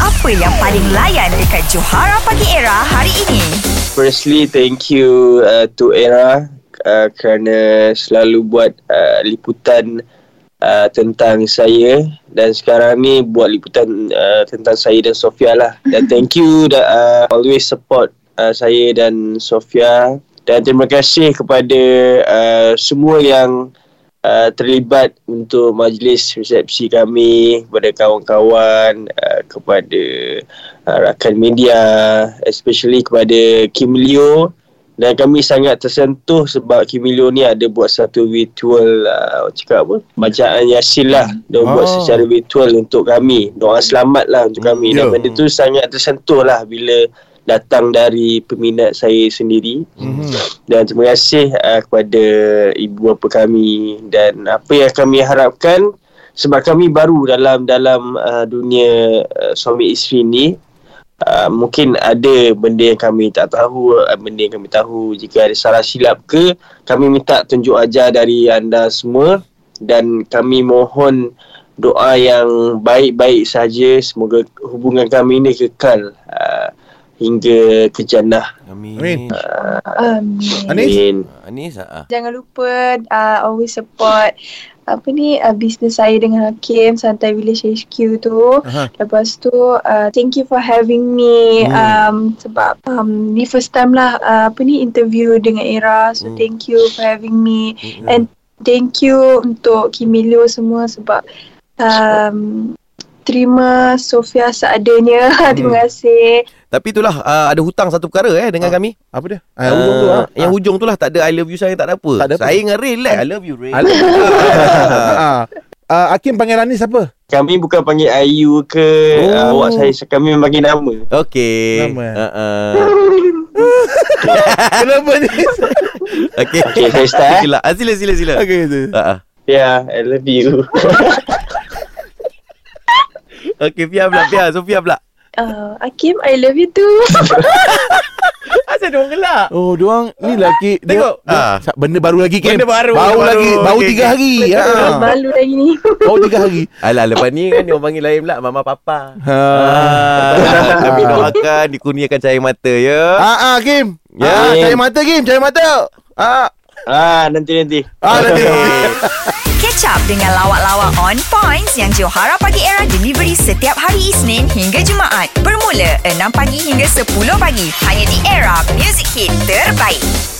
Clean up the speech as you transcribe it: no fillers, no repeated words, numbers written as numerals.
Apa yang paling layan dekat Johara Pagi Era hari ini? Firstly, thank you to Era kerana selalu buat liputan tentang saya, dan sekarang ni buat liputan tentang saya dan Sofia lah. Dan thank you always support saya dan Sofia, dan terima kasih kepada semua yang terlibat untuk majlis resepsi kami, kepada kawan-kawan, kepada rakan media, especially kepada Kim Leo. Dan kami sangat tersentuh sebab Kim Leo ni ada buat satu virtual bacaan Yasin lah. Dia buat secara virtual untuk kami, doa selamat lah untuk kami. Dan benda tu sangat tersentuh lah bila datang dari peminat saya sendiri. Dan terima kasih kepada ibu bapa kami. Dan apa yang kami harapkan, sebab kami baru dalam dunia suami isteri ni, mungkin ada benda yang kami tak tahu, benda yang kami tahu. Jika ada salah silap ke, kami minta tunjuk ajar dari anda semua. Dan kami mohon doa yang baik-baik saja. Semoga hubungan kami ni kekal hingga ke jannah. Amin. Anis. Jangan lupa always support bisnes saya dengan Hakim, Santai Village HQ tu. Lepas tu thank you for having me. Sebab ni first time lah interview dengan Era. So thank you for having me. And thank you untuk Kimilio semua sebab terima Sofia seadanya. Terima kasih. Tapi itulah ada hutang satu perkara dengan kami. Apa dia? Hujung tu lah. Yang hujung tu lah tak ada I love you sayang, tak ada apa. Saya dengan Ray lah I love you Ray. Hakim panggilan ni siapa? Kami bukan panggil Ayu ke awak saya, kami panggil nama. Okey. Nama. Kenapa ni? Okey, saya start. Sila. Okey tu. Yeah, I love you. Okey, Pia Sofia pula. Hakim, I love you too. Asal diorang gelak? Oh, diorang ni lelaki. Tengok. Benda baru lagi, Kim. Benda baru. Bau Okay, 3 hari. Malu lagi ni. Bau 3 hari. Alah, lepas ni kan diorang panggil lain pula, Mama Papa. Kami doakan dikurniakan cahaya mata, ya. Kim. Ya. Cahaya mata, Kim. Cahaya mata. Nanti. Nanti. Catch up dengan lawak-lawak on points yang Johara Pagi Era delivery setiap hari Isnin hingga Jumaat. Bermula 6 pagi hingga 10 pagi. Hanya di Era Music Hit terbaik.